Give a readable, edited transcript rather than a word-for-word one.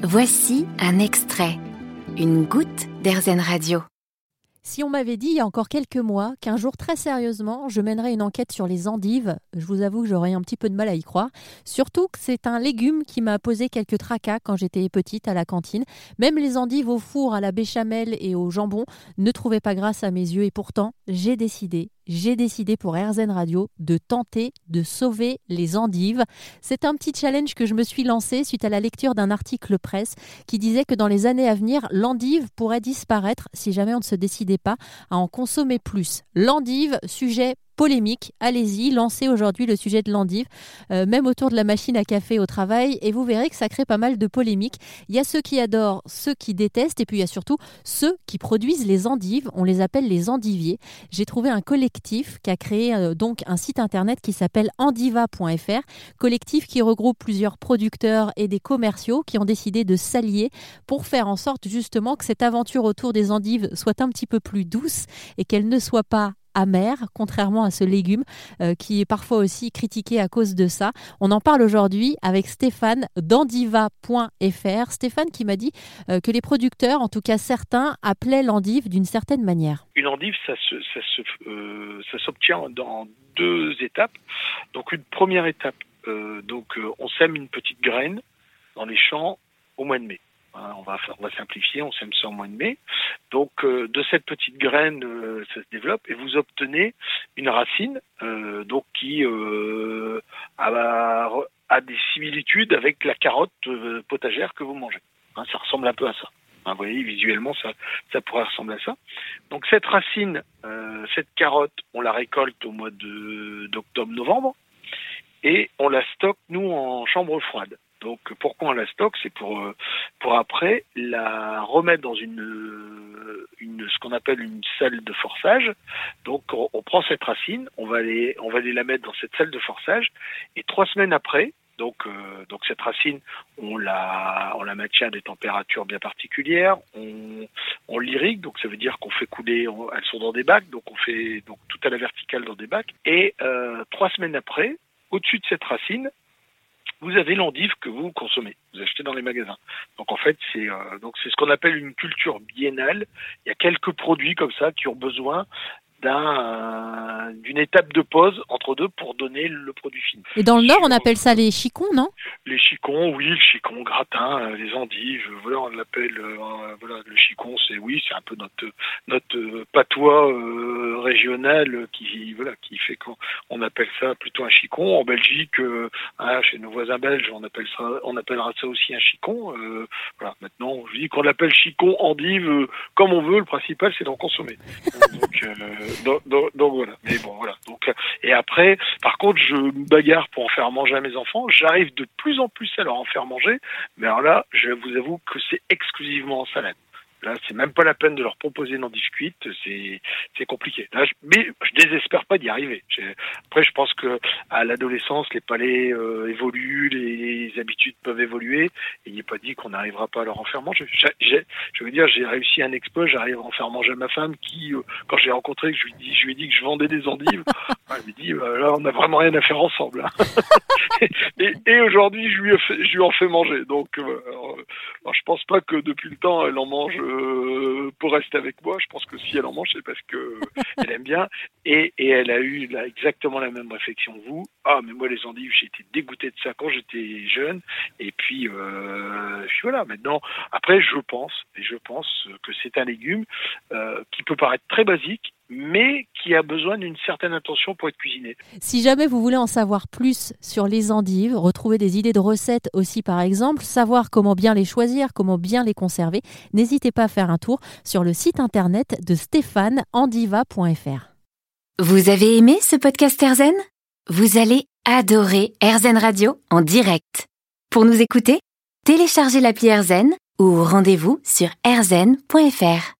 Voici un extrait, une goutte d'AirZen Radio. Si on m'avait dit il y a encore quelques mois qu'un jour, très sérieusement, je mènerais une enquête sur les endives, je vous avoue que j'aurais un petit peu de mal à y croire. Surtout que c'est un légume qui m'a posé quelques tracas quand j'étais petite à la cantine. Même les endives au four, à la béchamel et au jambon ne trouvaient pas grâce à mes yeux. Et pourtant, j'ai décidé pour AirZen Radio de tenter de sauver les endives. C'est un petit challenge que je me suis lancé suite à la lecture d'un article presse qui disait que dans les années à venir, l'endive pourrait disparaître si jamais on ne se décidait pas à en consommer plus. L'endive, sujet polémique. Allez-y, lancez aujourd'hui le sujet de l'endive, même autour de la machine à café au travail, et vous verrez que ça crée pas mal de polémiques. Il y a ceux qui adorent, ceux qui détestent, et puis il y a surtout ceux qui produisent les endives. On les appelle les endiviers. J'ai trouvé un collectif qui a créé donc un site internet qui s'appelle endiva.fr, collectif qui regroupe plusieurs producteurs et des commerciaux qui ont décidé de s'allier pour faire en sorte justement que cette aventure autour des endives soit un petit peu plus douce et qu'elle ne soit pas amère, contrairement à ce légume qui est parfois aussi critiqué à cause de ça. On en parle aujourd'hui avec Stéphane d'endiva.fr. Stéphane qui m'a dit que les producteurs, en tout cas certains, appelaient l'endive d'une certaine manière. Une endive, ça s'obtient dans deux étapes. Donc une première étape, on sème une petite graine dans les champs au mois de mai. On va simplifier, on sème ça au mois de mai. Donc, de cette petite graine, ça se développe et vous obtenez une racine qui a des similitudes avec la carotte potagère que vous mangez. Ça ressemble un peu à ça. Vous voyez, visuellement, ça pourrait ressembler à ça. Donc, cette racine, cette carotte, on la récolte au mois d'octobre-novembre et on la stocke, nous, en chambre froide. Donc, pourquoi on la stocke ? C'est pour après la remettre dans ce qu'on appelle une salle de forçage. Donc, on prend cette racine, on va aller la mettre dans cette salle de forçage, et 3 semaines après, donc cette racine, on la maintient à des températures bien particulières, on l'irrigue, donc ça veut dire qu'on fait couler, elles sont dans des bacs, donc on fait tout à la verticale dans des bacs, et 3 semaines après, au-dessus de cette racine, vous avez l'endive que vous consommez, vous achetez dans les magasins. Donc en fait, c'est ce qu'on appelle une culture biennale. Il y a quelques produits comme ça qui ont besoin d'une étape de pause entre deux pour donner le produit fini. Et dans le Nord, on appelle ça les chicons, non ? Les chicons, oui, le chicon, gratin, les endives, voilà, on l'appelle, le chicon, c'est un peu notre patois régional qui fait qu'on appelle ça plutôt un chicon. En Belgique, chez nos voisins belges, on appellera ça aussi un chicon. Maintenant, je dis qu'on l'appelle chicon, endive, comme on veut. Le principal, c'est d'en consommer. Donc voilà. Mais bon, voilà. Donc, et après, par contre, je me bagarre pour en faire manger à mes enfants. J'arrive de plus en plus à leur en faire manger. Mais alors là, je vous avoue que c'est exclusivement en salade. Là, c'est même pas la peine de leur proposer une endive cuite, c'est compliqué. Là, mais je désespère pas d'y arriver. Après, je pense que à l'adolescence, les palais évoluent, les habitudes peuvent évoluer, et il n'est pas dit qu'on n'arrivera pas à leur en faire manger. Je veux dire, j'ai réussi un exploit, j'arrive à en faire manger à ma femme qui, quand j'ai rencontré, que je lui ai dit que je vendais des endives, elle me dit, là, on n'a vraiment rien à faire ensemble. Hein. et aujourd'hui, je lui en fais manger. Donc, alors, je pense pas que depuis le temps, elle en mange pour rester avec moi. Je pense que si elle en mange, c'est parce que elle aime bien. Et elle a eu exactement la même réflexion que vous. Ah, mais moi, les endives, j'ai été dégoûté de ça quand j'étais jeune. Et puis voilà. Maintenant, après, je pense que c'est un légume qui peut paraître très basique, mais qui a besoin d'une certaine attention pour être cuisiné. Si jamais vous voulez en savoir plus sur les endives, retrouver des idées de recettes aussi par exemple, savoir comment bien les choisir, comment bien les conserver, n'hésitez pas à faire un tour sur le site internet de Stéphane, endiva.fr. Vous avez aimé ce podcast AirZen ? Vous allez adorer AirZen Radio en direct. Pour nous écouter, téléchargez l'appli AirZen ou rendez-vous sur airzen.fr.